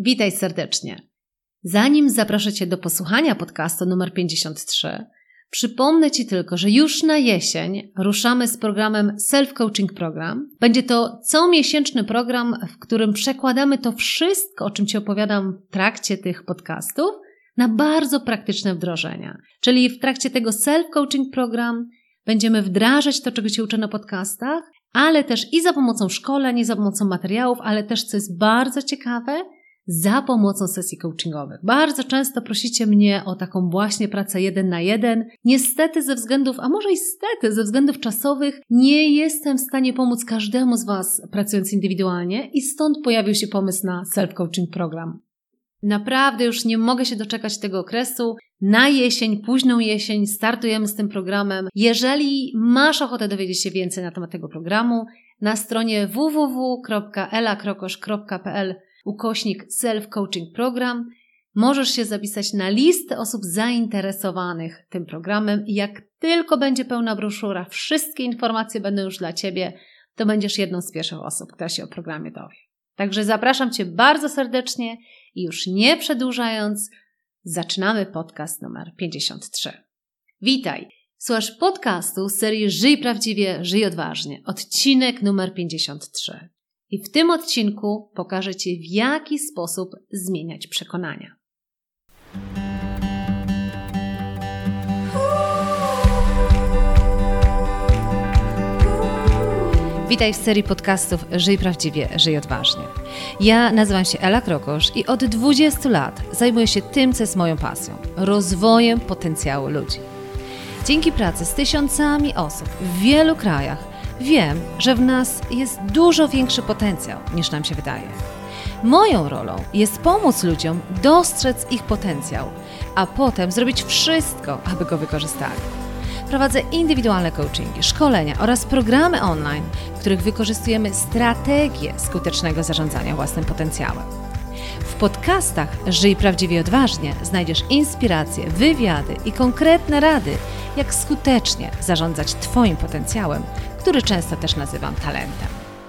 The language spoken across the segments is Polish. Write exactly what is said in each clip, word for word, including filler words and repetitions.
Witaj serdecznie. Zanim zaproszę Cię do posłuchania podcastu numer pięćdziesiąt trzy, przypomnę Ci tylko, że już na jesień ruszamy z programem Self-Coaching Program. Będzie to comiesięczny program, w którym przekładamy to wszystko, o czym Ci opowiadam w trakcie tych podcastów, na bardzo praktyczne wdrożenia. Czyli w trakcie tego Self-Coaching Program będziemy wdrażać to, czego Cię uczę na podcastach, ale też i za pomocą szkoleń, i za pomocą materiałów, ale też, co jest bardzo ciekawe, za pomocą sesji coachingowych. Bardzo często prosicie mnie o taką właśnie pracę jeden na jeden. Niestety ze względów, a może i stety, ze względów czasowych nie jestem w stanie pomóc każdemu z Was pracując indywidualnie i stąd pojawił się pomysł na Self-Coaching Program. Naprawdę już nie mogę się doczekać tego okresu. Na jesień, późną jesień startujemy z tym programem. Jeżeli masz ochotę dowiedzieć się więcej na temat tego programu, na stronie w w w kropka ela krokosz kropka p l ukośnik Self-Coaching Program możesz się zapisać na listę osób zainteresowanych tym programem i jak tylko będzie pełna broszura, wszystkie informacje będą już dla Ciebie, to będziesz jedną z pierwszych osób, która się o programie dowie. Także zapraszam Cię bardzo serdecznie i już nie przedłużając, zaczynamy podcast numer pięćdziesiąt trzy. Witaj! Słuchasz podcastu z serii Żyj prawdziwie, żyj odważnie, odcinek numer pięćdziesiąt trzy. I w tym odcinku pokażę Ci, w jaki sposób zmieniać przekonania. Witaj w serii podcastów Żyj prawdziwie, żyj odważnie. Ja nazywam się Ela Krokosz i od dwudziestu lat zajmuję się tym, co jest moją pasją – rozwojem potencjału ludzi. Dzięki pracy z tysiącami osób w wielu krajach wiem, że w nas jest dużo większy potencjał, niż nam się wydaje. Moją rolą jest pomóc ludziom dostrzec ich potencjał, a potem zrobić wszystko, aby go wykorzystali. Prowadzę indywidualne coachingi, szkolenia oraz programy online, w których wykorzystujemy strategię skutecznego zarządzania własnym potencjałem. W podcastach Żyj prawdziwie odważnie znajdziesz inspiracje, wywiady i konkretne rady, jak skutecznie zarządzać Twoim potencjałem, który często też nazywam talentem.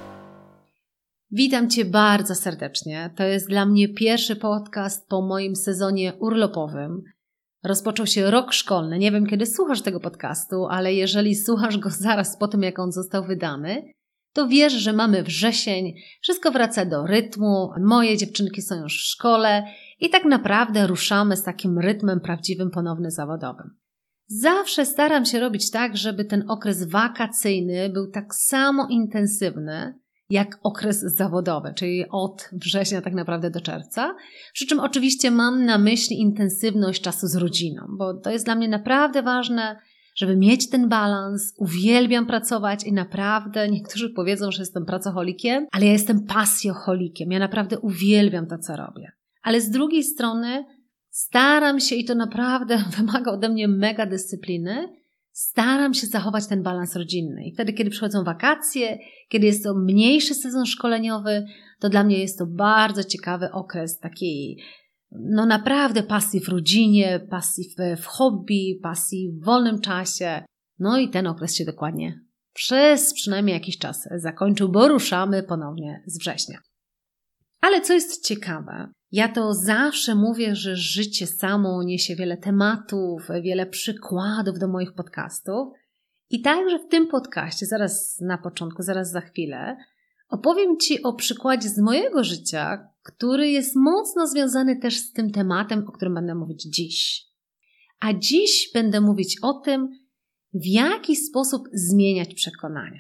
Witam Cię bardzo serdecznie. To jest dla mnie pierwszy podcast po moim sezonie urlopowym. Rozpoczął się rok szkolny. Nie wiem, kiedy słuchasz tego podcastu, ale jeżeli słuchasz go zaraz po tym, jak on został wydany, to wiesz, że mamy wrzesień, wszystko wraca do rytmu, moje dziewczynki są już w szkole i tak naprawdę ruszamy z takim rytmem prawdziwym, ponownym, zawodowym. Zawsze staram się robić tak, żeby ten okres wakacyjny był tak samo intensywny jak okres zawodowy, czyli od września tak naprawdę do czerwca. Przy czym oczywiście mam na myśli intensywność czasu z rodziną, bo to jest dla mnie naprawdę ważne, żeby mieć ten balans. Uwielbiam pracować i naprawdę niektórzy powiedzą, że jestem pracocholikiem, ale ja jestem pasjocholikiem. Ja naprawdę uwielbiam to, co robię. Ale z drugiej strony staram się, i to naprawdę wymaga ode mnie mega dyscypliny, staram się zachować ten balans rodzinny. I wtedy, kiedy przychodzą wakacje, kiedy jest to mniejszy sezon szkoleniowy, to dla mnie jest to bardzo ciekawy okres takiej, no naprawdę pasji w rodzinie, pasji w, w hobby, pasji w wolnym czasie. No i ten okres się dokładnie przez przynajmniej jakiś czas zakończył, bo ruszamy ponownie z września. Ale co jest ciekawe, ja to zawsze mówię, że życie samo niesie wiele tematów, wiele przykładów do moich podcastów i także w tym podcaście, zaraz na początku, zaraz za chwilę, opowiem Ci o przykładzie z mojego życia, który jest mocno związany też z tym tematem, o którym będę mówić dziś. A dziś będę mówić o tym, w jaki sposób zmieniać przekonania.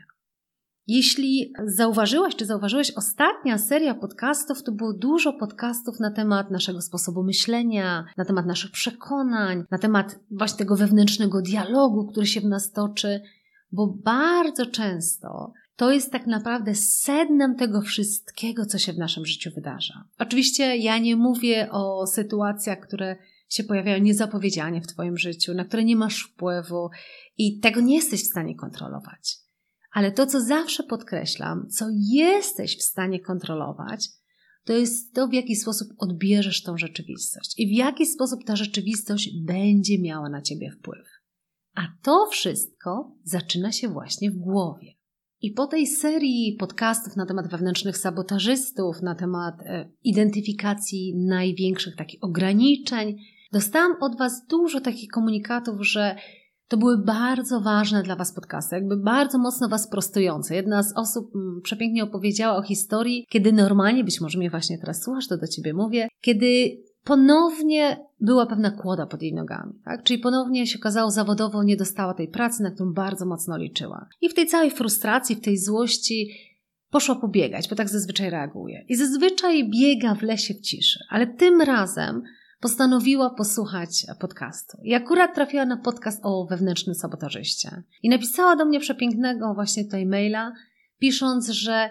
Jeśli zauważyłaś, czy zauważyłeś, ostatnia seria podcastów to było dużo podcastów na temat naszego sposobu myślenia, na temat naszych przekonań, na temat właśnie tego wewnętrznego dialogu, który się w nas toczy, bo bardzo często to jest tak naprawdę sednem tego wszystkiego, co się w naszym życiu wydarza. Oczywiście ja nie mówię o sytuacjach, które się pojawiają niezapowiedzianie w Twoim życiu, na które nie masz wpływu i tego nie jesteś w stanie kontrolować. Ale to, co zawsze podkreślam, co jesteś w stanie kontrolować, to jest to, w jaki sposób odbierzesz tą rzeczywistość i w jaki sposób ta rzeczywistość będzie miała na Ciebie wpływ. A to wszystko zaczyna się właśnie w głowie. I po tej serii podcastów na temat wewnętrznych sabotażystów, na temat e, identyfikacji największych takich ograniczeń, dostałam od Was dużo takich komunikatów, że to były bardzo ważne dla Was podcasty, jakby bardzo mocno Was prostujące. Jedna z osób m, przepięknie opowiedziała o historii, kiedy normalnie, być może mnie właśnie teraz słuchasz, to do Ciebie mówię, kiedy ponownie była pewna kłoda pod jej nogami, tak? Czyli ponownie się okazało zawodowo nie dostała tej pracy, na którą bardzo mocno liczyła. I w tej całej frustracji, w tej złości poszła pobiegać, bo tak zazwyczaj reaguje. I zazwyczaj biega w lesie w ciszy, ale tym razem postanowiła posłuchać podcastu. I akurat trafiła na podcast o wewnętrznym sabotażyście. I napisała do mnie przepięknego właśnie tutaj maila, pisząc, że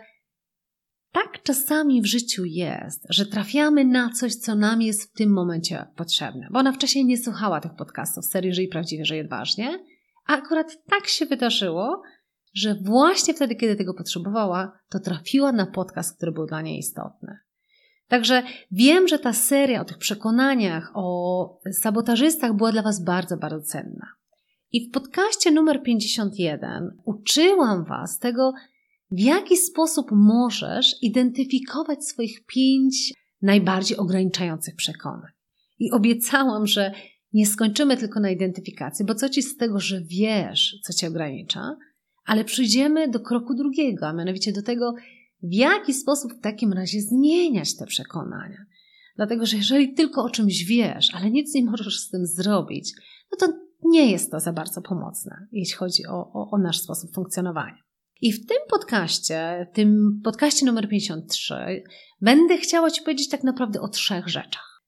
tak czasami w życiu jest, że trafiamy na coś, co nam jest w tym momencie potrzebne. Bo ona wcześniej nie słuchała tych podcastów serii Żyj prawdziwie, żyj odważnie, a akurat tak się wydarzyło, że właśnie wtedy, kiedy tego potrzebowała, to trafiła na podcast, który był dla niej istotny. Także wiem, że ta seria o tych przekonaniach, o sabotażystach była dla Was bardzo, bardzo cenna. I w podcaście numer pięćdziesiąt jeden uczyłam Was tego, w jaki sposób możesz identyfikować swoich pięć najbardziej ograniczających przekonań. I obiecałam, że nie skończymy tylko na identyfikacji, bo co Ci z tego, że wiesz, co Cię ogranicza, ale przyjdziemy do kroku drugiego, a mianowicie do tego, w jaki sposób w takim razie zmieniać te przekonania. Dlatego, że jeżeli tylko o czymś wiesz, ale nic nie możesz z tym zrobić, no to nie jest to za bardzo pomocne, jeśli chodzi o, o, o nasz sposób funkcjonowania. I w tym podcaście, tym podcaście numer pięćdziesiąt trzy, będę chciała Ci powiedzieć tak naprawdę o trzech rzeczach.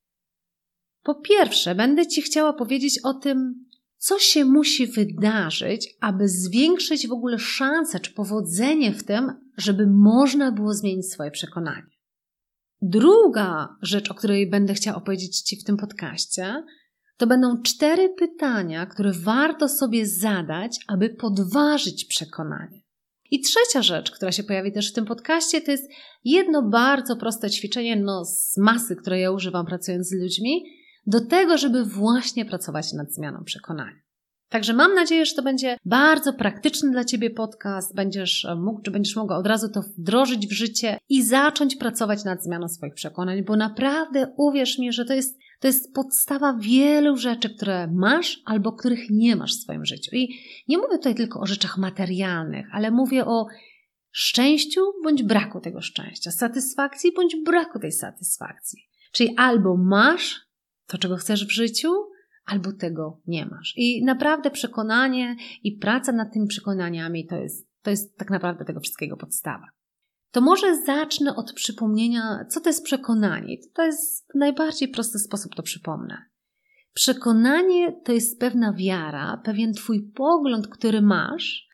Po pierwsze, będę Ci chciała powiedzieć o tym, co się musi wydarzyć, aby zwiększyć w ogóle szansę czy powodzenie w tym, żeby można było zmienić swoje przekonanie. Druga rzecz, o której będę chciała opowiedzieć Ci w tym podcaście, to będą cztery pytania, które warto sobie zadać, aby podważyć przekonanie. I trzecia rzecz, która się pojawi też w tym podcaście, to jest jedno bardzo proste ćwiczenie, no z masy, które ja używam pracując z ludźmi, do tego, żeby właśnie pracować nad zmianą przekonania. Także mam nadzieję, że to będzie bardzo praktyczny dla Ciebie podcast, będziesz mógł, czy będziesz mogła od razu to wdrożyć w życie i zacząć pracować nad zmianą swoich przekonań, bo naprawdę uwierz mi, że to jest, to jest podstawa wielu rzeczy, które masz albo których nie masz w swoim życiu. I nie mówię tutaj tylko o rzeczach materialnych, ale mówię o szczęściu bądź braku tego szczęścia, satysfakcji bądź braku tej satysfakcji. Czyli albo masz to, czego chcesz w życiu, albo tego nie masz. I naprawdę przekonanie i praca nad tymi przekonaniami to jest, to jest tak naprawdę tego wszystkiego podstawa. To może zacznę od przypomnienia, co to jest przekonanie. To jest w najbardziej prosty sposób to przypomnę. Przekonanie to jest pewna wiara, pewien Twój pogląd, który masz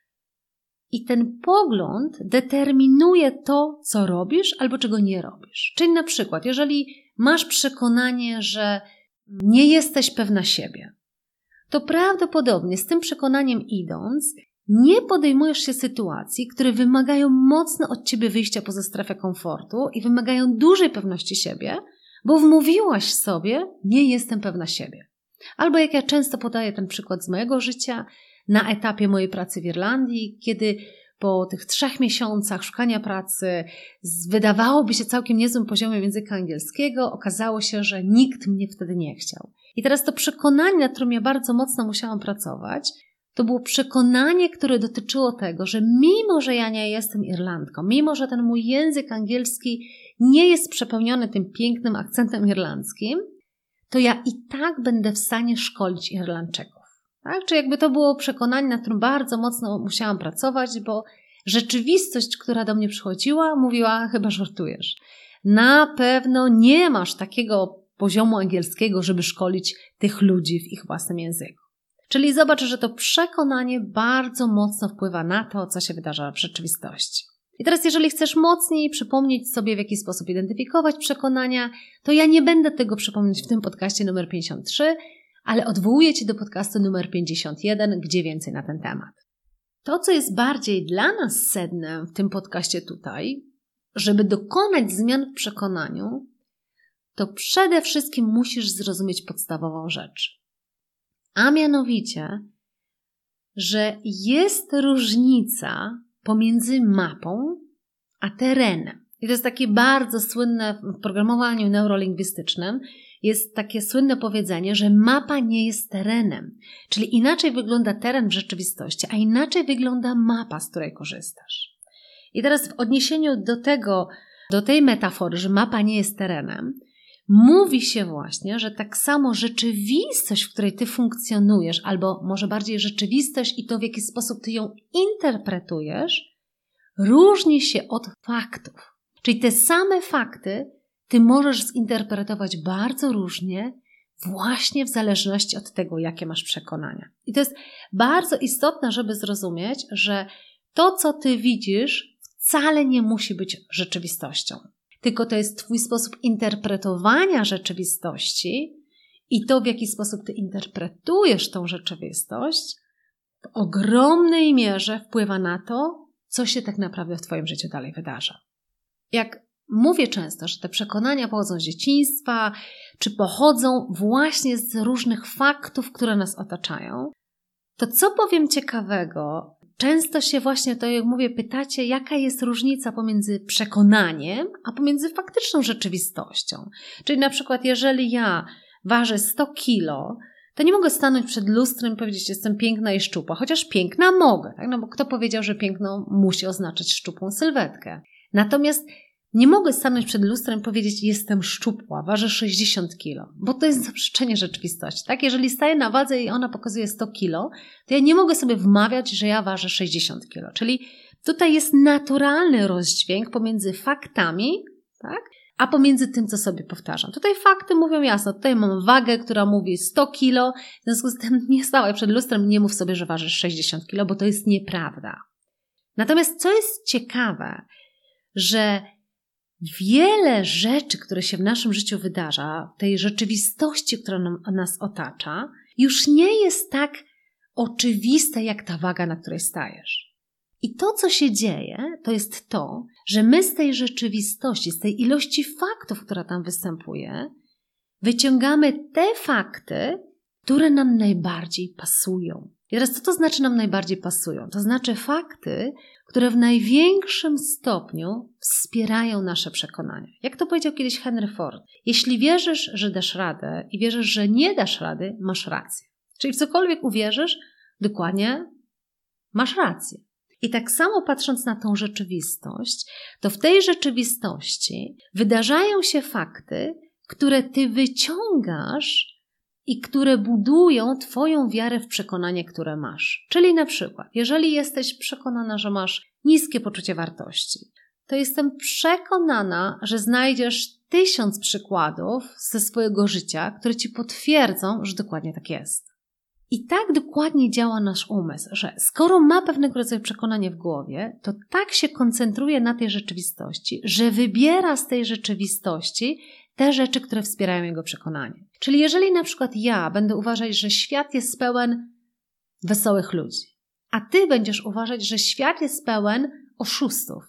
i ten pogląd determinuje to, co robisz albo czego nie robisz. Czyli na przykład, jeżeli masz przekonanie, że nie jesteś pewna siebie, to prawdopodobnie z tym przekonaniem idąc, nie podejmujesz się sytuacji, które wymagają mocno od Ciebie wyjścia poza strefę komfortu i wymagają dużej pewności siebie, bo wmówiłaś sobie, nie jestem pewna siebie. Albo jak ja często podaję ten przykład z mojego życia, na etapie mojej pracy w Irlandii, kiedy po tych trzech miesiącach szukania pracy z wydawałoby się całkiem niezłym poziomem języka angielskiego, okazało się, że nikt mnie wtedy nie chciał. I teraz to przekonanie, nad którym ja bardzo mocno musiałam pracować, to było przekonanie, które dotyczyło tego, że mimo, że ja nie jestem Irlandką, mimo, że ten mój język angielski nie jest przepełniony tym pięknym akcentem irlandzkim, to ja i tak będę w stanie szkolić Irlandczyków. Tak? Czyli jakby to było przekonanie, nad którym bardzo mocno musiałam pracować, bo rzeczywistość, która do mnie przychodziła, mówiła, chyba żartujesz. Na pewno nie masz takiego poziomu angielskiego, żeby szkolić tych ludzi w ich własnym języku. Czyli zobacz, że to przekonanie bardzo mocno wpływa na to, co się wydarza w rzeczywistości. I teraz jeżeli chcesz mocniej przypomnieć sobie, w jaki sposób identyfikować przekonania, to ja nie będę tego przypomnieć w tym podcaście numer pięćdziesiąt trzy, ale odwołuję Cię do podcastu numer pięćdziesiąt jeden, gdzie więcej na ten temat. To, co jest bardziej dla nas sednem w tym podcaście tutaj, żeby dokonać zmian w przekonaniu, to przede wszystkim musisz zrozumieć podstawową rzecz. A mianowicie, że jest różnica pomiędzy mapą a terenem. I to jest takie bardzo słynne w programowaniu neurolingwistycznym, jest takie słynne powiedzenie, że mapa nie jest terenem. Czyli inaczej wygląda teren w rzeczywistości, a inaczej wygląda mapa, z której korzystasz. I teraz w odniesieniu do tego, do tej metafory, że mapa nie jest terenem, mówi się właśnie, że tak samo rzeczywistość, w której ty funkcjonujesz, albo może bardziej rzeczywistość i to, w jaki sposób ty ją interpretujesz, różni się od faktów. Czyli te same fakty ty możesz zinterpretować bardzo różnie, właśnie w zależności od tego, jakie masz przekonania. I to jest bardzo istotne, żeby zrozumieć, że to, co ty widzisz, wcale nie musi być rzeczywistością. Tylko to jest twój sposób interpretowania rzeczywistości i to, w jaki sposób ty interpretujesz tą rzeczywistość, w ogromnej mierze wpływa na to, co się tak naprawdę w twoim życiu dalej wydarza. Jak mówię często, że te przekonania pochodzą z dzieciństwa, czy pochodzą właśnie z różnych faktów, które nas otaczają, to co powiem ciekawego, często się właśnie, to jak mówię, pytacie, jaka jest różnica pomiędzy przekonaniem, a pomiędzy faktyczną rzeczywistością. Czyli na przykład, jeżeli ja ważę sto kilo, to nie mogę stanąć przed lustrem i powiedzieć, jestem piękna i szczupła, chociaż piękna mogę, tak? No bo kto powiedział, że piękną musi oznaczać szczupłą sylwetkę. Natomiast nie mogę stanąć przed lustrem i powiedzieć, jestem szczupła, ważę sześćdziesiąt kilo, bo to jest zaprzeczenie rzeczywistości. Tak? Jeżeli staję na wadze i ona pokazuje sto kilo, to ja nie mogę sobie wmawiać, że ja ważę sześćdziesiąt kilo. Czyli tutaj jest naturalny rozdźwięk pomiędzy faktami, tak? A pomiędzy tym, co sobie powtarzam. Tutaj fakty mówią jasno, tutaj mam wagę, która mówi sto kilo, w związku z tym nie stałaj przed lustrem, nie mów sobie, że ważysz sześćdziesiąt kilo, bo to jest nieprawda. Natomiast co jest ciekawe, że wiele rzeczy, które się w naszym życiu wydarza, tej rzeczywistości, która nam, nas otacza, już nie jest tak oczywiste jak ta waga, na której stajesz. I to, co się dzieje, to jest to, że my z tej rzeczywistości, z tej ilości faktów, która tam występuje, wyciągamy te fakty, które nam najbardziej pasują. I teraz co to znaczy nam najbardziej pasują? To znaczy fakty, które w największym stopniu wspierają nasze przekonania. Jak to powiedział kiedyś Henry Ford? Jeśli wierzysz, że dasz radę i wierzysz, że nie dasz rady, masz rację. Czyli w cokolwiek uwierzysz, dokładnie masz rację. I tak samo patrząc na tą rzeczywistość, to w tej rzeczywistości wydarzają się fakty, które ty wyciągasz i które budują twoją wiarę w przekonanie, które masz. Czyli na przykład, jeżeli jesteś przekonana, że masz niskie poczucie wartości, to jestem przekonana, że znajdziesz tysiąc przykładów ze swojego życia, które ci potwierdzą, że dokładnie tak jest. I tak dokładnie działa nasz umysł, że skoro ma pewnego rodzaju przekonanie w głowie, to tak się koncentruje na tej rzeczywistości, że wybiera z tej rzeczywistości te rzeczy, które wspierają jego przekonanie. Czyli jeżeli na przykład ja będę uważać, że świat jest pełen wesołych ludzi, a ty będziesz uważać, że świat jest pełen oszustów,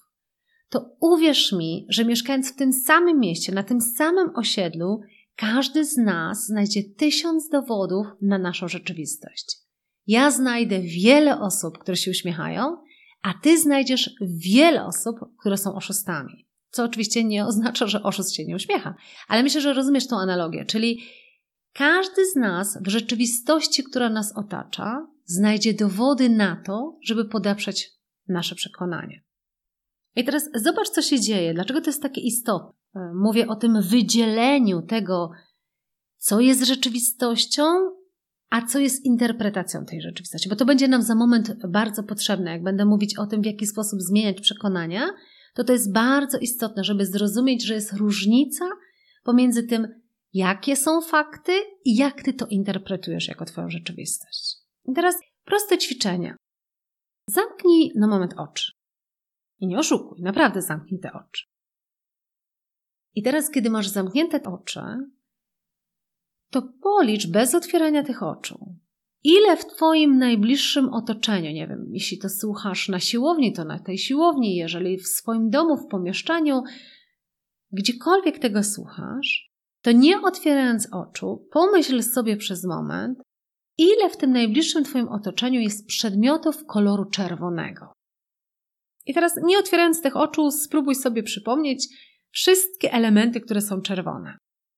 to uwierz mi, że mieszkając w tym samym mieście, na tym samym osiedlu, każdy z nas znajdzie tysiąc dowodów na naszą rzeczywistość. Ja znajdę wiele osób, które się uśmiechają, a ty znajdziesz wiele osób, które są oszustami. Co oczywiście nie oznacza, że oszust się nie uśmiecha. Ale myślę, że rozumiesz tą analogię. Czyli każdy z nas w rzeczywistości, która nas otacza, znajdzie dowody na to, żeby podeprzeć nasze przekonanie. I teraz zobacz, co się dzieje. Dlaczego to jest takie istotne? Mówię o tym wydzieleniu tego, co jest rzeczywistością, a co jest interpretacją tej rzeczywistości. Bo to będzie nam za moment bardzo potrzebne. Jak będę mówić o tym, w jaki sposób zmieniać przekonania, to to jest bardzo istotne, żeby zrozumieć, że jest różnica pomiędzy tym, jakie są fakty i jak ty to interpretujesz jako twoją rzeczywistość. I teraz proste ćwiczenie. Zamknij na moment oczy. I nie oszukuj, naprawdę zamknij te oczy. I teraz, kiedy masz zamknięte oczy, to policz bez otwierania tych oczu, ile w twoim najbliższym otoczeniu, nie wiem, jeśli to słuchasz na siłowni, to na tej siłowni, jeżeli w swoim domu, w pomieszczeniu, gdziekolwiek tego słuchasz, to nie otwierając oczu, pomyśl sobie przez moment, ile w tym najbliższym twoim otoczeniu jest przedmiotów koloru czerwonego. I teraz nie otwierając tych oczu, spróbuj sobie przypomnieć wszystkie elementy, które są czerwone.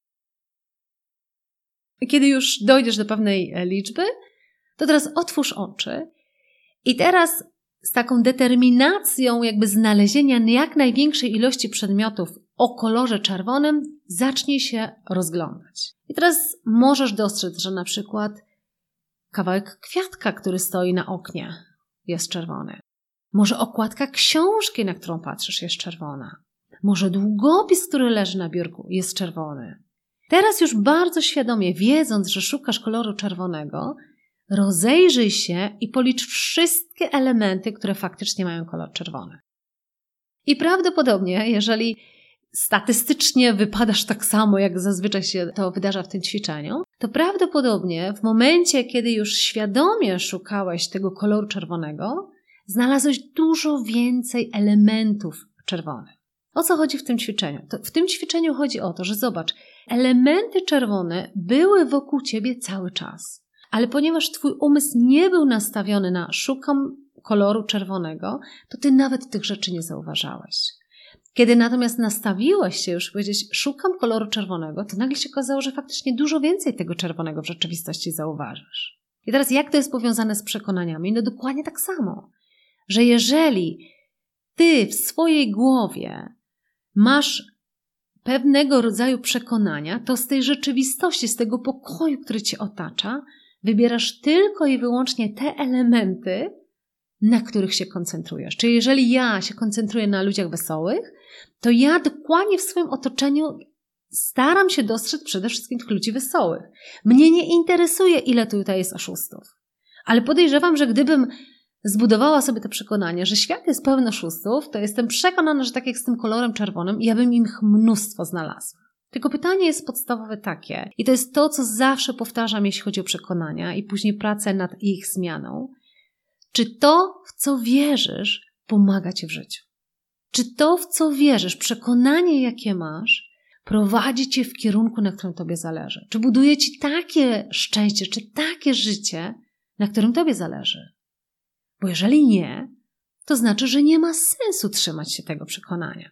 Kiedy już dojdziesz do pewnej liczby, to teraz otwórz oczy i teraz z taką determinacją jakby znalezienia jak największej ilości przedmiotów o kolorze czerwonym zacznij się rozglądać. I teraz możesz dostrzec, że na przykład kawałek kwiatka, który stoi na oknie, jest czerwony. Może okładka książki, na którą patrzysz, jest czerwona. Może długopis, który leży na biurku, jest czerwony. Teraz już bardzo świadomie, wiedząc, że szukasz koloru czerwonego, rozejrzyj się i policz wszystkie elementy, które faktycznie mają kolor czerwony. I prawdopodobnie, jeżeli statystycznie wypadasz tak samo, jak zazwyczaj się to wydarza w tym ćwiczeniu, to prawdopodobnie w momencie, kiedy już świadomie szukałeś tego koloru czerwonego, znalazłeś dużo więcej elementów czerwonych. O co chodzi w tym ćwiczeniu? To w tym ćwiczeniu chodzi o to, że zobacz, elementy czerwone były wokół ciebie cały czas. Ale ponieważ twój umysł nie był nastawiony na szukam koloru czerwonego, to ty nawet tych rzeczy nie zauważałeś. Kiedy natomiast nastawiłeś się już powiedzieć szukam koloru czerwonego, to nagle się okazało, że faktycznie dużo więcej tego czerwonego w rzeczywistości zauważysz. I teraz jak to jest powiązane z przekonaniami? No dokładnie tak samo. Że jeżeli ty w swojej głowie masz pewnego rodzaju przekonania, to z tej rzeczywistości, z tego pokoju, który cię otacza, wybierasz tylko i wyłącznie te elementy, na których się koncentrujesz. Czyli jeżeli ja się koncentruję na ludziach wesołych, to ja dokładnie w swoim otoczeniu staram się dostrzec przede wszystkim tych ludzi wesołych. Mnie nie interesuje, ile tutaj jest oszustów. Ale podejrzewam, że gdybym zbudowała sobie to przekonanie, że świat jest pełen oszustów, to jestem przekonana, że tak jak z tym kolorem czerwonym, ja bym ich mnóstwo znalazła. Tylko pytanie jest podstawowe takie, i to jest to, co zawsze powtarzam, jeśli chodzi o przekonania i później pracę nad ich zmianą. Czy to, w co wierzysz, pomaga ci w życiu? Czy to, w co wierzysz, przekonanie, jakie masz, prowadzi cię w kierunku, na którym tobie zależy? Czy buduje ci takie szczęście, czy takie życie, na którym tobie zależy? Bo jeżeli nie, to znaczy, że nie ma sensu trzymać się tego przekonania.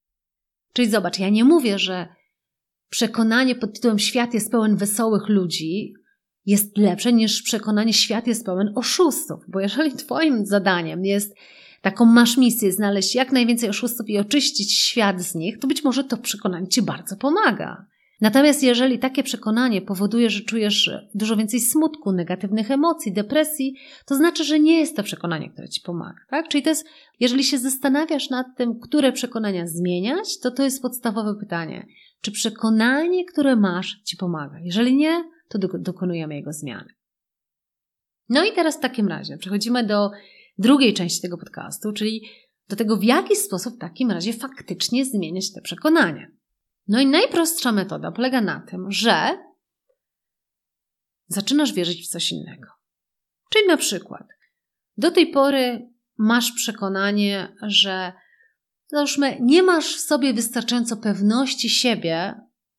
Czyli zobacz, ja nie mówię, że przekonanie pod tytułem świat jest pełen wesołych ludzi jest lepsze niż przekonanie świat jest pełen oszustów. Bo jeżeli twoim zadaniem jest, taką masz misję, znaleźć jak najwięcej oszustów i oczyścić świat z nich, to być może to przekonanie ci bardzo pomaga. Natomiast jeżeli takie przekonanie powoduje, że czujesz dużo więcej smutku, negatywnych emocji, depresji, to znaczy, że nie jest to przekonanie, które ci pomaga. Tak? Czyli to jest, jeżeli się zastanawiasz nad tym, które przekonania zmieniać, to to jest podstawowe pytanie. Czy przekonanie, które masz, ci pomaga? Jeżeli nie, to do, dokonujemy jego zmiany. No i teraz w takim razie przechodzimy do drugiej części tego podcastu, czyli do tego, w jaki sposób w takim razie faktycznie zmieniać te przekonania. No i najprostsza metoda polega na tym, że zaczynasz wierzyć w coś innego. Czyli na przykład do tej pory masz przekonanie, że załóżmy, nie masz w sobie wystarczająco pewności siebie,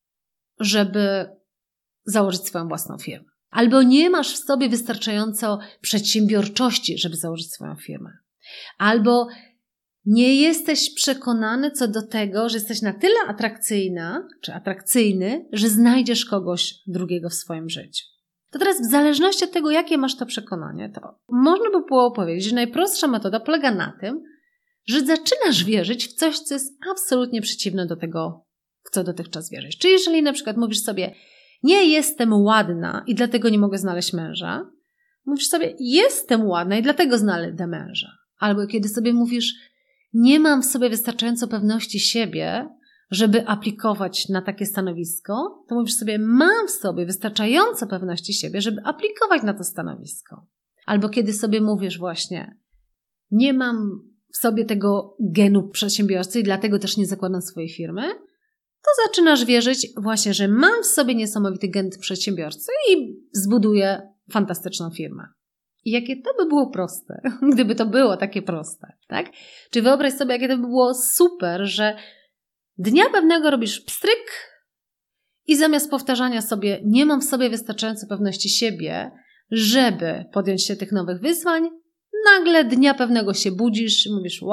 żeby założyć swoją własną firmę. Albo nie masz w sobie wystarczająco przedsiębiorczości, żeby założyć swoją firmę. Albo nie jesteś przekonany co do tego, że jesteś na tyle atrakcyjna, czy atrakcyjny, że znajdziesz kogoś drugiego w swoim życiu. To teraz w zależności od tego, jakie masz to przekonanie, to można by było powiedzieć, że najprostsza metoda polega na tym, że zaczynasz wierzyć w coś, co jest absolutnie przeciwne do tego, w co dotychczas wierzysz. Czyli jeżeli na przykład mówisz sobie, nie jestem ładna i dlatego nie mogę znaleźć męża, mówisz sobie, jestem ładna i dlatego znajdę męża. Albo kiedy sobie mówisz, nie mam w sobie wystarczająco pewności siebie, żeby aplikować na takie stanowisko, to mówisz sobie, mam w sobie wystarczająco pewności siebie, żeby aplikować na to stanowisko. Albo kiedy sobie mówisz właśnie, nie mam w sobie tego genu przedsiębiorcy i dlatego też nie zakładam swojej firmy, to zaczynasz wierzyć właśnie, że mam w sobie niesamowity gen przedsiębiorcy i zbuduję fantastyczną firmę. I jakie to by było proste, gdyby to było takie proste, tak? Czy wyobraź sobie, jakie to by było super, że dnia pewnego robisz pstryk i zamiast powtarzania sobie, nie mam w sobie wystarczająco pewności siebie, żeby podjąć się tych nowych wyzwań, nagle dnia pewnego się budzisz i mówisz, wow,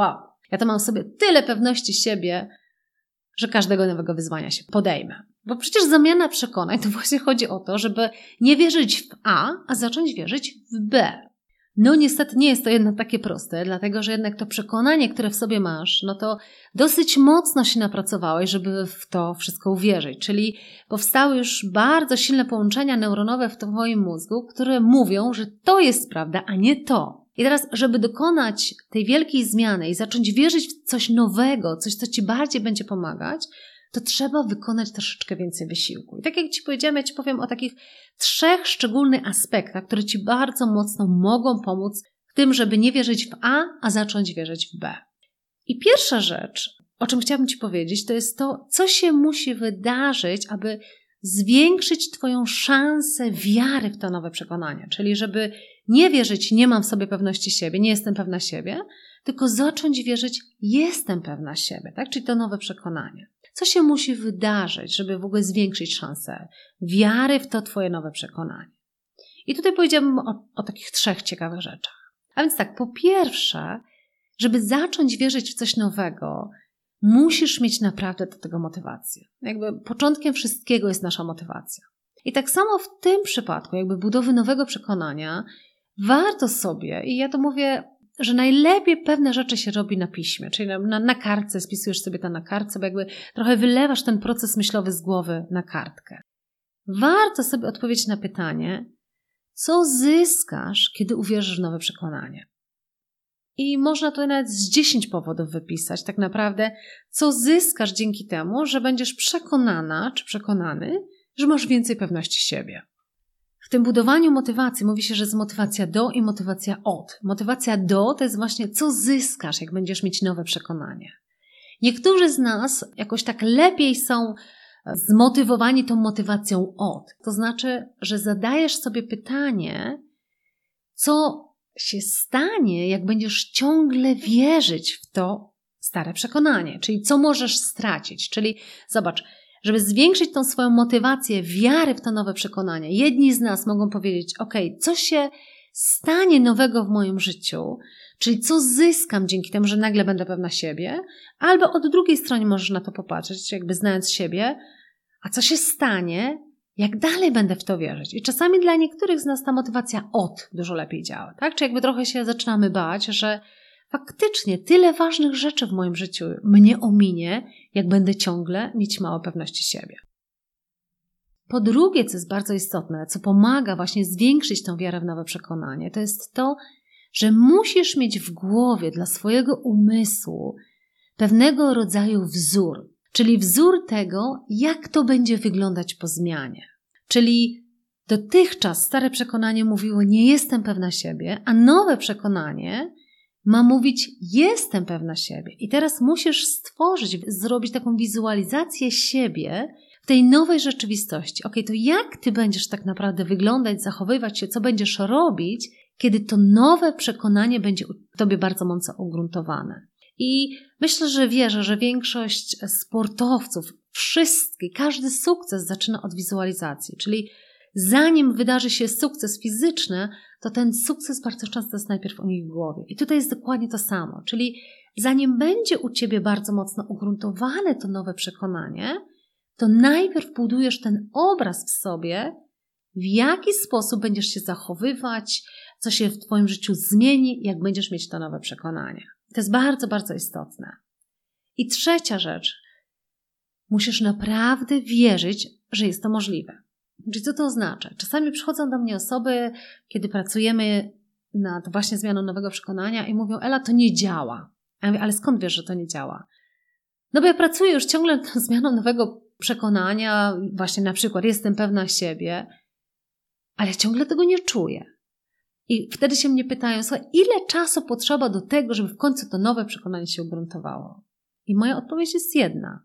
Ja to mam w sobie tyle pewności siebie, że każdego nowego wyzwania się podejmę. Bo przecież zamiana przekonań to właśnie chodzi o to, żeby nie wierzyć w A, a zacząć wierzyć w B. No niestety nie jest to jednak takie proste, dlatego że jednak to przekonanie, które w sobie masz, no to dosyć mocno się napracowałeś, żeby w to wszystko uwierzyć. Czyli powstały już bardzo silne połączenia neuronowe w twoim mózgu, które mówią, że to jest prawda, a nie to. I teraz, żeby dokonać tej wielkiej zmiany i zacząć wierzyć w coś nowego, coś, co ci bardziej będzie pomagać, to trzeba wykonać troszeczkę więcej wysiłku. I tak jak ci powiedziałam, ja ci powiem o takich trzech szczególnych aspektach, które ci bardzo mocno mogą pomóc w tym, żeby nie wierzyć w A, a zacząć wierzyć w B. I pierwsza rzecz, o czym chciałabym ci powiedzieć, to jest to, co się musi wydarzyć, aby zwiększyć twoją szansę wiary w to nowe przekonanie. Czyli żeby nie wierzyć, nie mam w sobie pewności siebie, nie jestem pewna siebie, tylko zacząć wierzyć, jestem pewna siebie, tak? Czyli to nowe przekonanie. Co się musi wydarzyć, żeby w ogóle zwiększyć szansę wiary w to twoje nowe przekonanie? I tutaj powiedziałabym o, o takich trzech ciekawych rzeczach. A więc tak, po pierwsze, żeby zacząć wierzyć w coś nowego, musisz mieć naprawdę do tego motywację. Jakby początkiem wszystkiego jest nasza motywacja. I tak samo w tym przypadku, jakby budowy nowego przekonania, warto sobie, i ja to mówię, że najlepiej pewne rzeczy się robi na piśmie, czyli na, na, na kartce, spisujesz sobie to na kartce, bo jakby trochę wylewasz ten proces myślowy z głowy na kartkę. Warto sobie odpowiedzieć na pytanie, co zyskasz, kiedy uwierzysz w nowe przekonanie. I można to nawet z dziesięć powodów wypisać, tak naprawdę, co zyskasz dzięki temu, że będziesz przekonana czy przekonany, że masz więcej pewności siebie. W tym budowaniu motywacji mówi się, że jest motywacja do i motywacja od. Motywacja do to jest właśnie co zyskasz, jak będziesz mieć nowe przekonanie. Niektórzy z nas jakoś tak lepiej są zmotywowani tą motywacją od. To znaczy, że zadajesz sobie pytanie, co się stanie, jak będziesz ciągle wierzyć w to stare przekonanie. Czyli co możesz stracić. Czyli zobacz, żeby zwiększyć tą swoją motywację, wiary w to nowe przekonanie. Jedni z nas mogą powiedzieć, ok, co się stanie nowego w moim życiu, czyli co zyskam dzięki temu, że nagle będę pewna siebie, albo od drugiej strony możesz na to popatrzeć, jakby znając siebie, a co się stanie, jak dalej będę w to wierzyć. I czasami dla niektórych z nas ta motywacja od dużo lepiej działa, tak? Czy jakby trochę się zaczynamy bać, że faktycznie tyle ważnych rzeczy w moim życiu mnie ominie, jak będę ciągle mieć mało pewności siebie. Po drugie, co jest bardzo istotne, co pomaga właśnie zwiększyć tą wiarę w nowe przekonanie, to jest to, że musisz mieć w głowie dla swojego umysłu pewnego rodzaju wzór, czyli wzór tego, jak to będzie wyglądać po zmianie. Czyli dotychczas stare przekonanie mówiło, nie jestem pewna siebie, a nowe przekonanie ma mówić, jestem pewna siebie. I teraz musisz stworzyć, zrobić taką wizualizację siebie w tej nowej rzeczywistości. Ok, to jak ty będziesz tak naprawdę wyglądać, zachowywać się, co będziesz robić, kiedy to nowe przekonanie będzie w tobie bardzo mocno ugruntowane. I myślę, że wierzę, że większość sportowców, wszystkie, każdy sukces zaczyna od wizualizacji, czyli zanim wydarzy się sukces fizyczny, to ten sukces bardzo często jest najpierw u nich w głowie. I tutaj jest dokładnie to samo, czyli zanim będzie u ciebie bardzo mocno ugruntowane to nowe przekonanie, to najpierw budujesz ten obraz w sobie, w jaki sposób będziesz się zachowywać, co się w twoim życiu zmieni, jak będziesz mieć to nowe przekonanie. To jest bardzo, bardzo istotne. I trzecia rzecz. Musisz naprawdę wierzyć, że jest to możliwe. Czyli co to oznacza? Czasami przychodzą do mnie osoby, kiedy pracujemy nad właśnie zmianą nowego przekonania i mówią, Ela, to nie działa. A ja mówię, ale skąd wiesz, że to nie działa? No bo ja pracuję już ciągle nad zmianą nowego przekonania, właśnie na przykład jestem pewna siebie, ale ciągle tego nie czuję. I wtedy się mnie pytają, słuchaj, ile czasu potrzeba do tego, żeby w końcu to nowe przekonanie się ugruntowało? I moja odpowiedź jest jedna.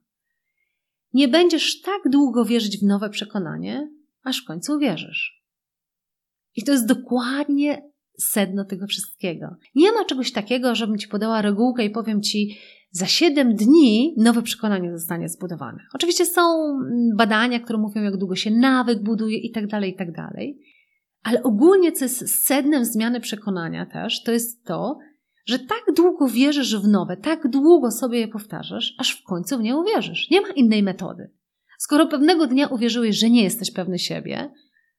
Nie będziesz tak długo wierzyć w nowe przekonanie, aż w końcu uwierzysz. I to jest dokładnie sedno tego wszystkiego. Nie ma czegoś takiego, żebym ci podała regułkę i powiem ci, za siedem dni nowe przekonanie zostanie zbudowane. Oczywiście są badania, które mówią, jak długo się nawyk buduje i tak dalej, i tak dalej. Ale ogólnie, co jest sednem zmiany przekonania też, to jest to, że tak długo wierzysz w nowe, tak długo sobie je powtarzasz, aż w końcu w nie uwierzysz. Nie ma innej metody. Skoro pewnego dnia uwierzyłeś, że nie jesteś pewny siebie,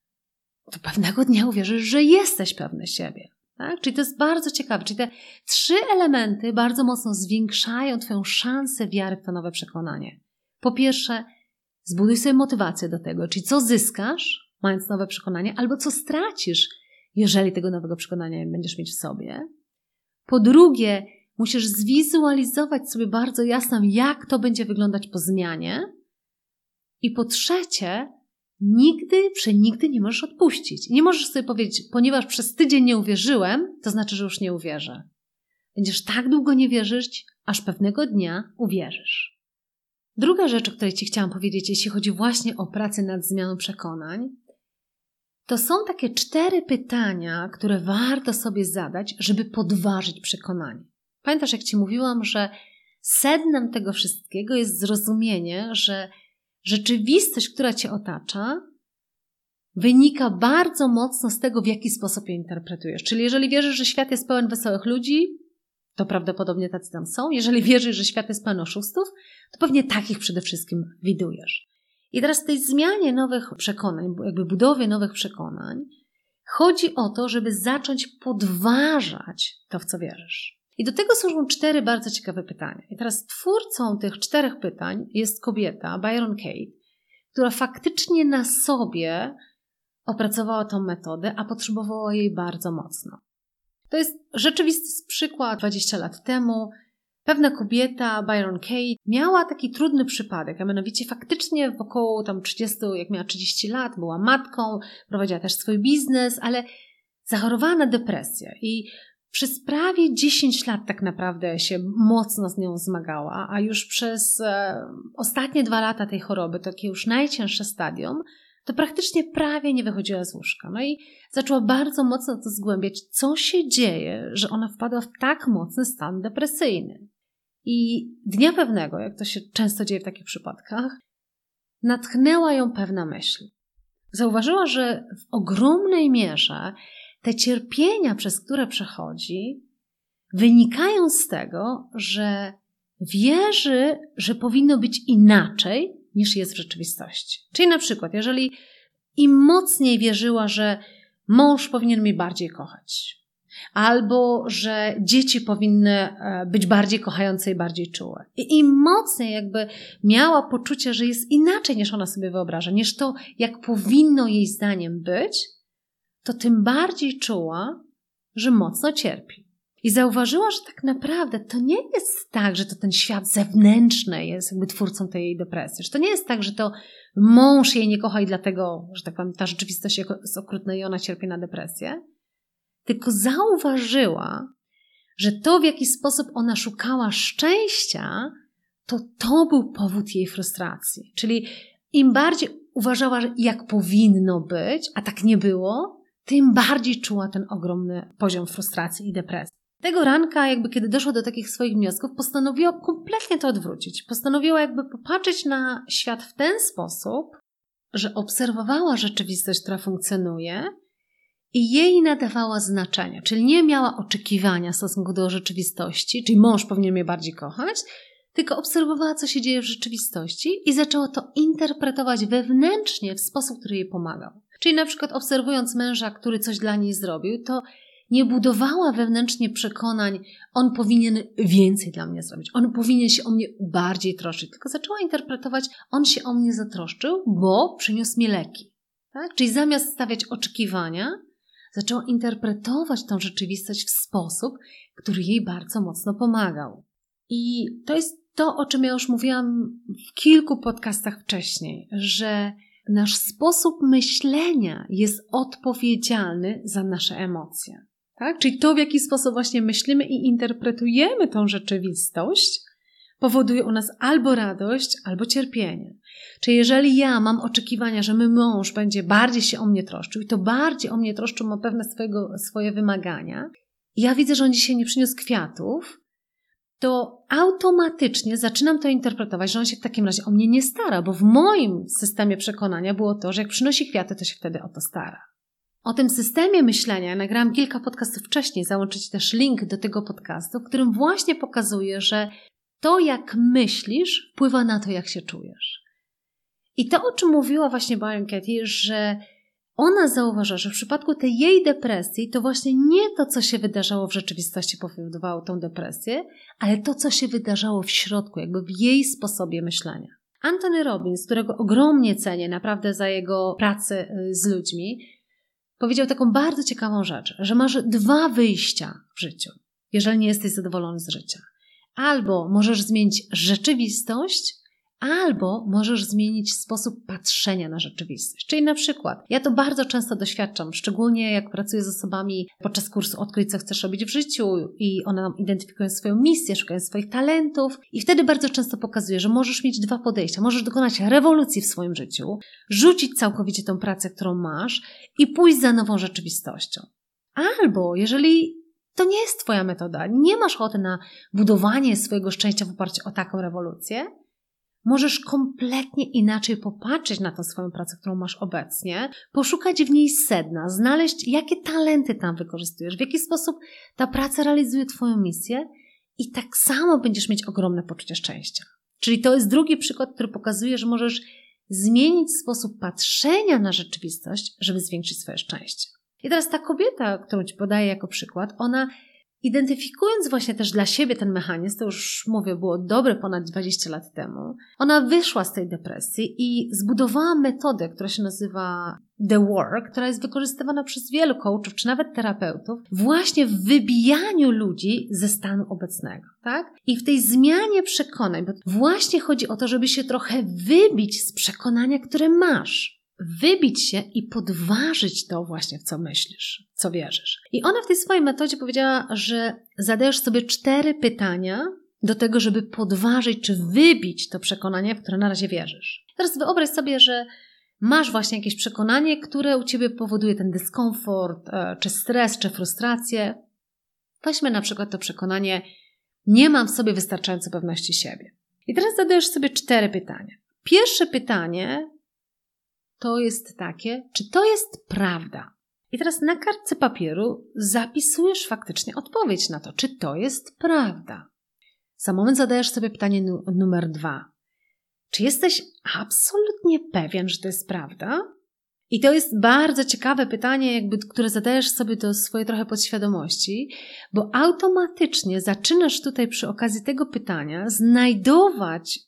to pewnego dnia uwierzysz, że jesteś pewny siebie. Tak? Czyli to jest bardzo ciekawe. Czyli te trzy elementy bardzo mocno zwiększają Twoją szansę wiary w to nowe przekonanie. Po pierwsze, zbuduj sobie motywację do tego, czyli co zyskasz, mając nowe przekonanie, albo co stracisz, jeżeli tego nowego przekonania nie będziesz mieć w sobie. Po drugie, musisz zwizualizować sobie bardzo jasno, jak to będzie wyglądać po zmianie. I po trzecie, nigdy, przenigdy nie możesz odpuścić. Nie możesz sobie powiedzieć, ponieważ przez tydzień nie uwierzyłem, to znaczy, że już nie uwierzę. Będziesz tak długo nie wierzyć, aż pewnego dnia uwierzysz. Druga rzecz, o której Ci chciałam powiedzieć, jeśli chodzi właśnie o pracę nad zmianą przekonań, to są takie cztery pytania, które warto sobie zadać, żeby podważyć przekonanie. Pamiętasz, jak Ci mówiłam, że sednem tego wszystkiego jest zrozumienie, że rzeczywistość, która Cię otacza, wynika bardzo mocno z tego, w jaki sposób ją interpretujesz. Czyli jeżeli wierzysz, że świat jest pełen wesołych ludzi, to prawdopodobnie tacy tam są. Jeżeli wierzysz, że świat jest pełen oszustów, to pewnie takich przede wszystkim widujesz. I teraz w tej zmianie nowych przekonań, jakby budowie nowych przekonań, chodzi o to, żeby zacząć podważać to, w co wierzysz. I do tego służą cztery bardzo ciekawe pytania. I teraz twórcą tych czterech pytań jest kobieta, Byron Katie, która faktycznie na sobie opracowała tą metodę, a potrzebowała jej bardzo mocno. To jest rzeczywisty przykład. dwadzieścia lat temu pewna kobieta, Byron Katie, miała taki trudny przypadek, a mianowicie faktycznie w około tam trzydziestu, jak miała trzydzieści lat, była matką, prowadziła też swój biznes, ale zachorowała na depresję i przez prawie dziesięć lat tak naprawdę się mocno z nią zmagała, a już przez e, ostatnie dwa lata tej choroby, takie już najcięższe stadium, to praktycznie prawie nie wychodziła z łóżka. No i zaczęła bardzo mocno to zgłębiać, co się dzieje, że ona wpadła w tak mocny stan depresyjny. I dnia pewnego, jak to się często dzieje w takich przypadkach, natchnęła ją pewna myśl. Zauważyła, że w ogromnej mierze te cierpienia, przez które przechodzi, wynikają z tego, że wierzy, że powinno być inaczej, niż jest w rzeczywistości. Czyli na przykład, jeżeli im mocniej wierzyła, że mąż powinien mnie bardziej kochać, albo że dzieci powinny być bardziej kochające i bardziej czułe. I im mocniej jakby miała poczucie, że jest inaczej, niż ona sobie wyobraża, niż to, jak powinno jej zdaniem być, to tym bardziej czuła, że mocno cierpi. I zauważyła, że tak naprawdę to nie jest tak, że to ten świat zewnętrzny jest jakby twórcą tej jej depresji. Że to nie jest tak, że to mąż jej nie kocha i dlatego, że tak powiem, ta rzeczywistość jest okrutna i ona cierpi na depresję. Tylko zauważyła, że to, w jaki sposób ona szukała szczęścia, to to był powód jej frustracji. Czyli im bardziej uważała, jak powinno być, a tak nie było, tym bardziej czuła ten ogromny poziom frustracji i depresji. Tego ranka, jakby kiedy doszła do takich swoich wniosków, postanowiła kompletnie to odwrócić. Postanowiła jakby popatrzeć na świat w ten sposób, że obserwowała rzeczywistość, która funkcjonuje i jej nadawała znaczenia. Czyli nie miała oczekiwania w stosunku do rzeczywistości, czyli mąż powinien mnie bardziej kochać, tylko obserwowała, co się dzieje w rzeczywistości i zaczęła to interpretować wewnętrznie w sposób, który jej pomagał. Czyli na przykład obserwując męża, który coś dla niej zrobił, to nie budowała wewnętrznie przekonań, on powinien więcej dla mnie zrobić, on powinien się o mnie bardziej troszczyć, tylko zaczęła interpretować, on się o mnie zatroszczył, bo przyniósł mi leki. Tak? Czyli zamiast stawiać oczekiwania, zaczęła interpretować tą rzeczywistość w sposób, który jej bardzo mocno pomagał. I to jest to, o czym ja już mówiłam w kilku podcastach wcześniej, że nasz sposób myślenia jest odpowiedzialny za nasze emocje. Tak? Czyli to, w jaki sposób właśnie myślimy i interpretujemy tą rzeczywistość, powoduje u nas albo radość, albo cierpienie. Czyli jeżeli ja mam oczekiwania, że mój mąż będzie bardziej się o mnie troszczył i to bardziej o mnie troszczył, ma pewne swojego, swoje wymagania, i ja widzę, że on dzisiaj nie przyniósł kwiatów, to automatycznie zaczynam to interpretować, że on się w takim razie o mnie nie stara, bo w moim systemie przekonania było to, że jak przynosi kwiaty, to się wtedy o to stara. O tym systemie myślenia nagrałam kilka podcastów wcześniej, załączę Ci też link do tego podcastu, w którym właśnie pokazuję, że to, jak myślisz, wpływa na to, jak się czujesz. I to, o czym mówiła właśnie Byron Katie, że ona zauważa, że w przypadku tej jej depresji to właśnie nie to, co się wydarzało w rzeczywistości powodowało tą depresję, ale to, co się wydarzało w środku, jakby w jej sposobie myślenia. Anthony Robbins, którego ogromnie cenię naprawdę za jego pracę z ludźmi, powiedział taką bardzo ciekawą rzecz, że masz dwa wyjścia w życiu, jeżeli nie jesteś zadowolony z życia. Albo możesz zmienić rzeczywistość, albo możesz zmienić sposób patrzenia na rzeczywistość. Czyli na przykład, ja to bardzo często doświadczam, szczególnie jak pracuję z osobami podczas kursu Odkryj, co chcesz robić w życiu i one nam identyfikują swoją misję, szukają swoich talentów i wtedy bardzo często pokazuję, że możesz mieć dwa podejścia. Możesz dokonać rewolucji w swoim życiu, rzucić całkowicie tą pracę, którą masz i pójść za nową rzeczywistością. Albo jeżeli to nie jest Twoja metoda, nie masz ochoty na budowanie swojego szczęścia w oparciu o taką rewolucję, możesz kompletnie inaczej popatrzeć na tę swoją pracę, którą masz obecnie, poszukać w niej sedna, znaleźć, jakie talenty tam wykorzystujesz, w jaki sposób ta praca realizuje Twoją misję i tak samo będziesz mieć ogromne poczucie szczęścia. Czyli to jest drugi przykład, który pokazuje, że możesz zmienić sposób patrzenia na rzeczywistość, żeby zwiększyć swoje szczęście. I teraz ta kobieta, którą Ci podaję jako przykład, ona identyfikując właśnie też dla siebie ten mechanizm, to już mówię, było dobre ponad dwadzieścia lat temu, ona wyszła z tej depresji i zbudowała metodę, która się nazywa The Work, która jest wykorzystywana przez wielu coachów, czy nawet terapeutów, właśnie w wybijaniu ludzi ze stanu obecnego, tak? I w tej zmianie przekonań, bo właśnie chodzi o to, żeby się trochę wybić z przekonania, które masz. Wybić się i podważyć to właśnie, w co myślisz, co wierzysz. I ona w tej swojej metodzie powiedziała, że zadajesz sobie cztery pytania do tego, żeby podważyć czy wybić to przekonanie, w które na razie wierzysz. Teraz wyobraź sobie, że masz właśnie jakieś przekonanie, które u Ciebie powoduje ten dyskomfort, czy stres, czy frustrację. Weźmy na przykład to przekonanie, nie mam w sobie wystarczająco pewności siebie. I teraz zadajesz sobie cztery pytania. Pierwsze pytanie to jest takie, czy to jest prawda? I teraz na kartce papieru zapisujesz faktycznie odpowiedź na to, czy to jest prawda. Za moment zadajesz sobie pytanie nu- numer dwa. Czy jesteś absolutnie pewien, że to jest prawda? I to jest bardzo ciekawe pytanie, jakby, które zadajesz sobie do swojej trochę podświadomości, bo automatycznie zaczynasz tutaj przy okazji tego pytania znajdować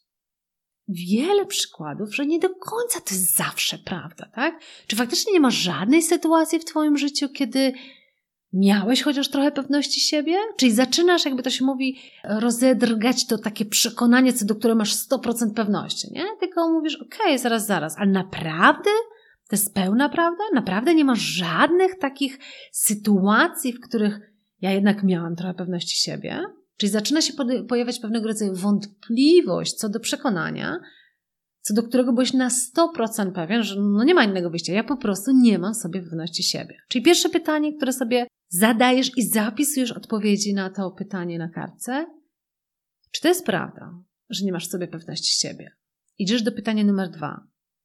wiele przykładów, że nie do końca to jest zawsze prawda, tak? Czy faktycznie nie ma żadnej sytuacji w Twoim życiu, kiedy miałeś chociaż trochę pewności siebie? Czyli zaczynasz, jakby to się mówi, rozedrgać to takie przekonanie, co do którego masz sto procent pewności, nie? Tylko mówisz, okej, okay, zaraz, zaraz, ale naprawdę? To jest pełna prawda? Naprawdę nie ma żadnych takich sytuacji, w których ja jednak miałam trochę pewności siebie? Czyli zaczyna się pojawiać pewnego rodzaju wątpliwość co do przekonania, co do którego byłeś na sto procent pewien, że no nie ma innego wyjścia. Ja po prostu nie mam sobie pewności siebie. Czyli pierwsze pytanie, które sobie zadajesz i zapisujesz odpowiedzi na to pytanie na kartce. Czy to jest prawda, że nie masz sobie pewności siebie? Idziesz do pytania numer dwa.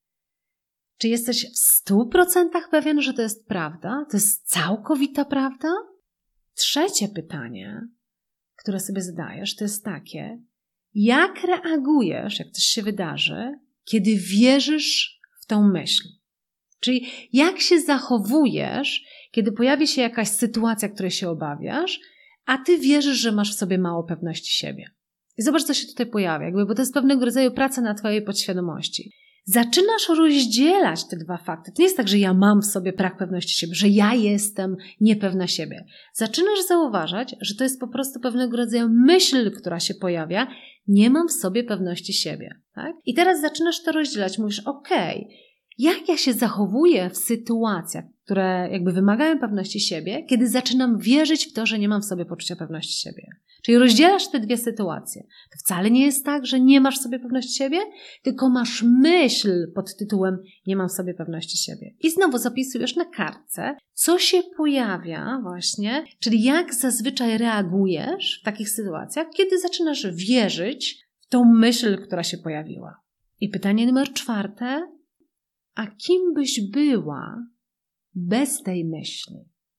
Czy jesteś w stu procentach pewien, że to jest prawda? To jest całkowita prawda? Trzecie pytanie, które sobie zadajesz, to jest takie, jak reagujesz, jak coś się wydarzy, kiedy wierzysz w tą myśl? Czyli jak się zachowujesz, kiedy pojawi się jakaś sytuacja, której się obawiasz, a ty wierzysz, że masz w sobie mało pewności siebie. I zobacz, co się tutaj pojawia, jakby, bo to jest pewnego rodzaju praca na twojej podświadomości. Zaczynasz rozdzielać te dwa fakty. To nie jest tak, że ja mam w sobie brak pewności siebie, że ja jestem niepewna siebie. Zaczynasz zauważać, że to jest po prostu pewnego rodzaju myśl, która się pojawia. Nie mam w sobie pewności siebie. Tak? I teraz zaczynasz to rozdzielać. Mówisz, okej, okay, jak ja się zachowuję w sytuacjach, które jakby wymagają pewności siebie, kiedy zaczynam wierzyć w to, że nie mam w sobie poczucia pewności siebie. Czyli rozdzielasz te dwie sytuacje. To wcale nie jest tak, że nie masz w sobie pewności siebie, tylko masz myśl pod tytułem nie mam w sobie pewności siebie. I znowu zapisujesz na kartce, co się pojawia właśnie, czyli jak zazwyczaj reagujesz w takich sytuacjach, kiedy zaczynasz wierzyć w tą myśl, która się pojawiła. I pytanie numer czwarte, a kim byś była, bez tej myśli.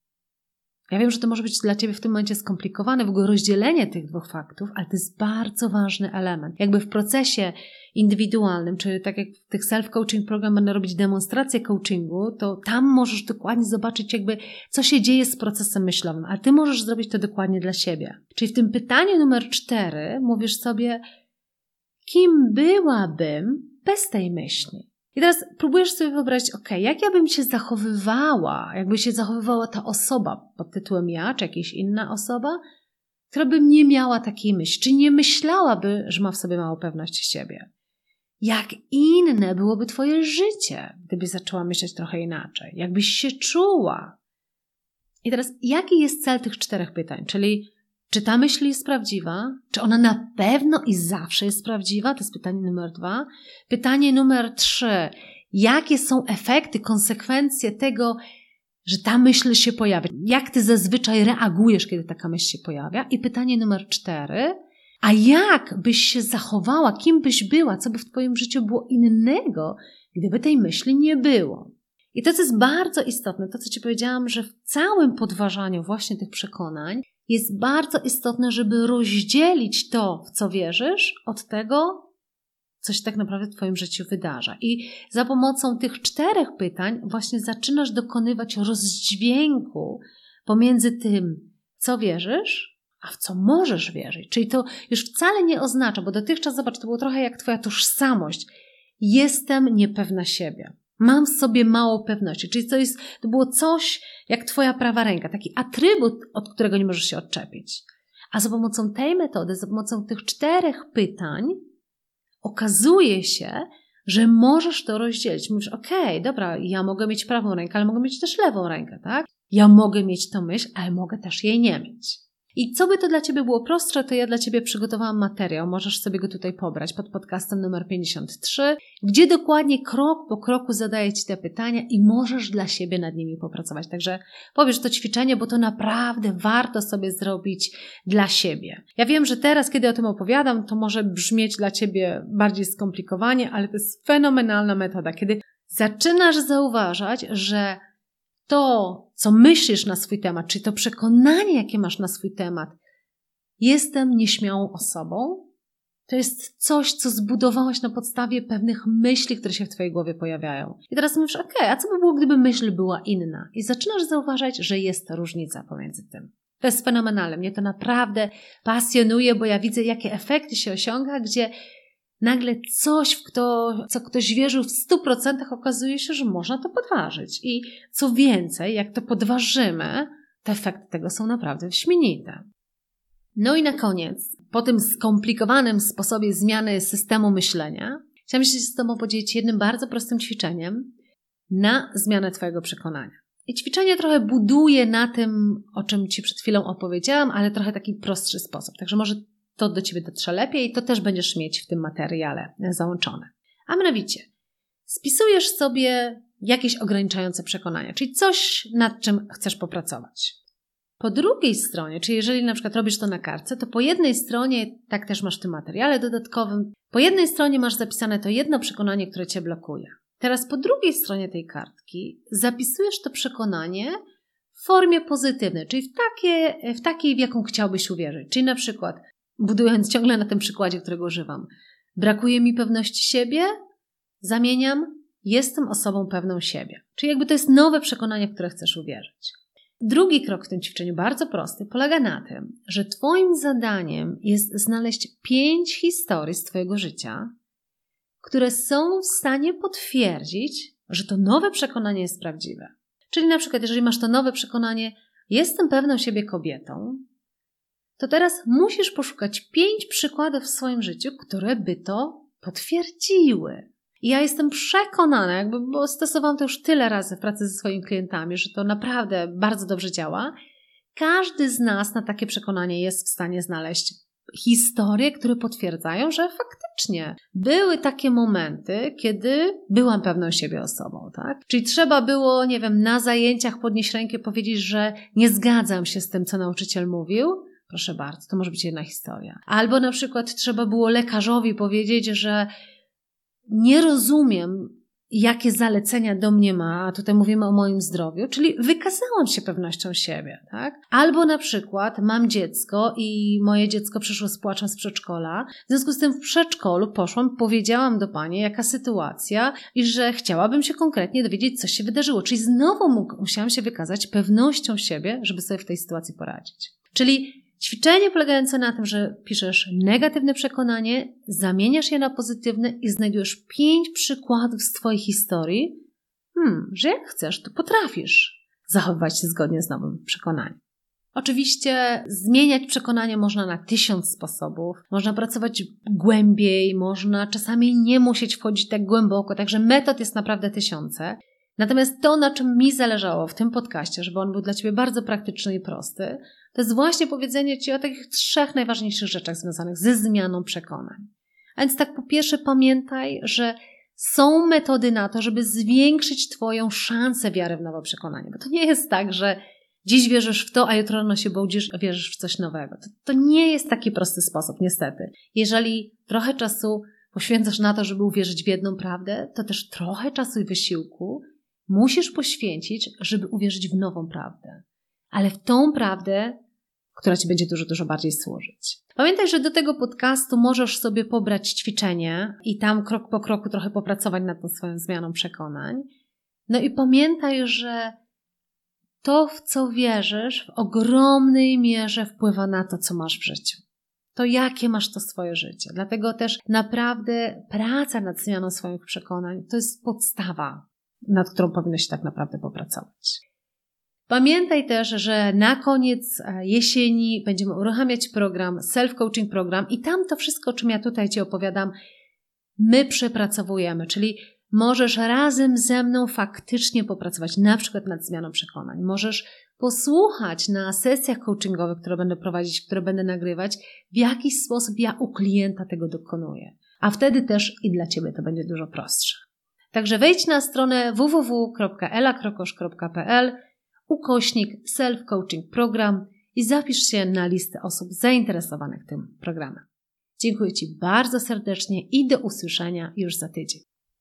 Ja wiem, że to może być dla Ciebie w tym momencie skomplikowane, w ogóle rozdzielenie tych dwóch faktów, ale to jest bardzo ważny element. Jakby w procesie indywidualnym, czy tak jak w tych self-coaching program będę robić demonstrację coachingu, to tam możesz dokładnie zobaczyć jakby, co się dzieje z procesem myślowym, ale Ty możesz zrobić to dokładnie dla siebie. Czyli w tym pytaniu numer cztery mówisz sobie, kim byłabym bez tej myśli? I teraz próbujesz sobie wyobrazić, ok, jak ja bym się zachowywała, jakby się zachowywała ta osoba pod tytułem ja, czy jakaś inna osoba, która by nie miała takiej myśli, czy nie myślałaby, że ma w sobie małą pewność siebie. Jak inne byłoby Twoje życie, gdybyś zaczęła myśleć trochę inaczej? Jakbyś się czuła? I teraz, jaki jest cel tych czterech pytań? Czyli czy ta myśl jest prawdziwa? Czy ona na pewno i zawsze jest prawdziwa? To jest pytanie numer dwa. Pytanie numer trzy. Jakie są efekty, konsekwencje tego, że ta myśl się pojawia? Jak Ty zazwyczaj reagujesz, kiedy taka myśl się pojawia? I pytanie numer cztery. A jak byś się zachowała? Kim byś była? Co by w Twoim życiu było innego, gdyby tej myśli nie było? I to, co jest bardzo istotne, to, co Ci powiedziałam, że w całym podważaniu właśnie tych przekonań jest bardzo istotne, żeby rozdzielić to, w co wierzysz, od tego, co się tak naprawdę w Twoim życiu wydarza. I za pomocą tych czterech pytań właśnie zaczynasz dokonywać rozdźwięku pomiędzy tym, co wierzysz, a w co możesz wierzyć. Czyli to już wcale nie oznacza, bo dotychczas, zobacz, to było trochę jak Twoja tożsamość. Jestem niepewna siebie. Mam w sobie mało pewności. Czyli to, jest, to było coś jak Twoja prawa ręka, taki atrybut, od którego nie możesz się odczepić. A za pomocą tej metody, za pomocą tych czterech pytań okazuje się, że możesz to rozdzielić. Mówisz, okej, okay, dobra, ja mogę mieć prawą rękę, ale mogę mieć też lewą rękę, tak? Ja mogę mieć tą myśl, ale mogę też jej nie mieć. I co by to dla Ciebie było prostsze, to ja dla Ciebie przygotowałam materiał, możesz sobie go tutaj pobrać pod podcastem numer pięćdziesiąt trzy, gdzie dokładnie krok po kroku zadaję Ci te pytania i możesz dla siebie nad nimi popracować. Także pobierz to ćwiczenie, bo to naprawdę warto sobie zrobić dla siebie. Ja wiem, że teraz, kiedy o tym opowiadam, to może brzmieć dla Ciebie bardziej skomplikowanie, ale to jest fenomenalna metoda, kiedy zaczynasz zauważać, że to, co myślisz na swój temat, czyli to przekonanie, jakie masz na swój temat, jestem nieśmiałą osobą, to jest coś, co zbudowałaś na podstawie pewnych myśli, które się w Twojej głowie pojawiają. I teraz mówisz, okej, okay, a co by było, gdyby myśl była inna? I zaczynasz zauważać, że jest różnica pomiędzy tym. To jest fenomenalne. Mnie to naprawdę pasjonuje, bo ja widzę, jakie efekty się osiąga, gdzie nagle coś, w kto, co ktoś wierzył w stu procentach, okazuje się, że można to podważyć. I co więcej, jak to podważymy, to efekty tego są naprawdę wyśmienite. No i na koniec, po tym skomplikowanym sposobie zmiany systemu myślenia, chciałam się z Tobą podzielić jednym bardzo prostym ćwiczeniem na zmianę Twojego przekonania. I ćwiczenie trochę buduje na tym, o czym Ci przed chwilą opowiedziałam, ale trochę taki prostszy sposób. Także może to do Ciebie dotrze lepiej i to też będziesz mieć w tym materiale załączone. A mianowicie, spisujesz sobie jakieś ograniczające przekonania, czyli coś, nad czym chcesz popracować. Po drugiej stronie, czyli jeżeli na przykład robisz to na kartce, to po jednej stronie, tak też masz w tym materiale dodatkowym, po jednej stronie masz zapisane to jedno przekonanie, które Cię blokuje. Teraz po drugiej stronie tej kartki zapisujesz to przekonanie w formie pozytywnej, czyli w, takie, w takiej, w jaką chciałbyś uwierzyć. Czyli na przykład, budując ciągle na tym przykładzie, którego używam, brakuje mi pewności siebie, zamieniam, jestem osobą pewną siebie. Czyli jakby to jest nowe przekonanie, w które chcesz uwierzyć. Drugi krok w tym ćwiczeniu, bardzo prosty, polega na tym, że Twoim zadaniem jest znaleźć pięć historii z Twojego życia, które są w stanie potwierdzić, że to nowe przekonanie jest prawdziwe. Czyli na przykład, jeżeli masz to nowe przekonanie, jestem pewną siebie kobietą, to teraz musisz poszukać pięć przykładów w swoim życiu, które by to potwierdziły. I ja jestem przekonana, jakby, bo stosowałam to już tyle razy w pracy ze swoimi klientami, że to naprawdę bardzo dobrze działa. Każdy z nas na takie przekonanie jest w stanie znaleźć historie, które potwierdzają, że faktycznie były takie momenty, kiedy byłam pewną siebie osobą, tak? Czyli trzeba było, nie wiem, na zajęciach podnieść rękę, powiedzieć, że nie zgadzam się z tym, co nauczyciel mówił. Proszę bardzo, to może być jedna historia. Albo na przykład trzeba było lekarzowi powiedzieć, że nie rozumiem, jakie zalecenia do mnie ma, a tutaj mówimy o moim zdrowiu, czyli wykazałam się pewnością siebie, tak? Albo na przykład mam dziecko i moje dziecko przyszło z płaczem z przedszkola, w związku z tym w przedszkolu poszłam, powiedziałam do pani, jaka sytuacja i że chciałabym się konkretnie dowiedzieć, co się wydarzyło, czyli znowu mógł, musiałam się wykazać pewnością siebie, żeby sobie w tej sytuacji poradzić. Czyli ćwiczenie polegające na tym, że piszesz negatywne przekonanie, zamieniasz je na pozytywne i znajdujesz pięć przykładów z twojej historii, hmm, że jak chcesz, to potrafisz zachowywać się zgodnie z nowym przekonaniem. Oczywiście zmieniać przekonanie można na tysiąc sposobów, można pracować głębiej, można czasami nie musieć wchodzić tak głęboko, także metod jest naprawdę tysiące. Natomiast to, na czym mi zależało w tym podcaście, żeby on był dla Ciebie bardzo praktyczny i prosty, to jest właśnie powiedzenie Ci o takich trzech najważniejszych rzeczach związanych ze zmianą przekonań. A więc tak po pierwsze pamiętaj, że są metody na to, żeby zwiększyć Twoją szansę wiary w nowe przekonanie. Bo to nie jest tak, że dziś wierzysz w to, a jutro rano się budzisz, wierzysz w coś nowego. To, to nie jest taki prosty sposób, niestety. Jeżeli trochę czasu poświęcasz na to, żeby uwierzyć w jedną prawdę, to też trochę czasu i wysiłku musisz poświęcić, żeby uwierzyć w nową prawdę. Ale w tą prawdę, która Ci będzie dużo, dużo bardziej służyć. Pamiętaj, że do tego podcastu możesz sobie pobrać ćwiczenie i tam krok po kroku trochę popracować nad tą swoją zmianą przekonań. No i pamiętaj, że to, w co wierzysz, w ogromnej mierze wpływa na to, co masz w życiu. To jakie masz to swoje życie. Dlatego też naprawdę praca nad zmianą swoich przekonań to jest podstawa, nad którą powinno się tak naprawdę popracować. Pamiętaj też, że na koniec jesieni będziemy uruchamiać program Self-Coaching Program i tam to wszystko, o czym ja tutaj Ci opowiadam, my przepracowujemy, czyli możesz razem ze mną faktycznie popracować na przykład nad zmianą przekonań. Możesz posłuchać na sesjach coachingowych, które będę prowadzić, które będę nagrywać, w jaki sposób ja u klienta tego dokonuję. A wtedy też i dla Ciebie to będzie dużo prostsze. Także wejdź na stronę w w w kropka ela krokosz kropka p l ukośnik Self-Coaching Program i zapisz się na listę osób zainteresowanych tym programem. Dziękuję Ci bardzo serdecznie i do usłyszenia już za tydzień.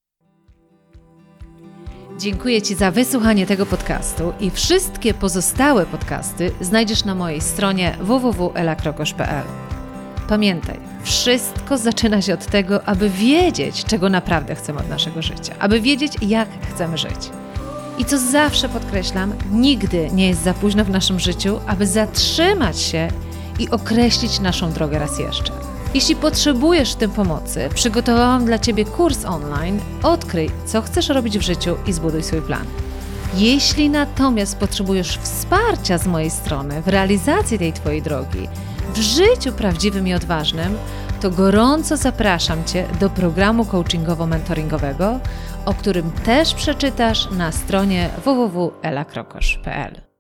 Dziękuję Ci za wysłuchanie tego podcastu i wszystkie pozostałe podcasty znajdziesz na mojej stronie w w w kropka ela krokosz kropka p l. Pamiętaj, wszystko zaczyna się od tego, aby wiedzieć, czego naprawdę chcemy od naszego życia, aby wiedzieć, jak chcemy żyć. I co zawsze podkreślam, nigdy nie jest za późno w naszym życiu, aby zatrzymać się i określić naszą drogę raz jeszcze. Jeśli potrzebujesz w tym pomocy, przygotowałam dla Ciebie kurs online Odkryj, co chcesz robić w życiu i zbuduj swój plan. Jeśli natomiast potrzebujesz wsparcia z mojej strony w realizacji tej Twojej drogi, w życiu prawdziwym i odważnym, to gorąco zapraszam Cię do programu coachingowo-mentoringowego, o którym też przeczytasz na stronie w w w kropka ela krokosz kropka p l.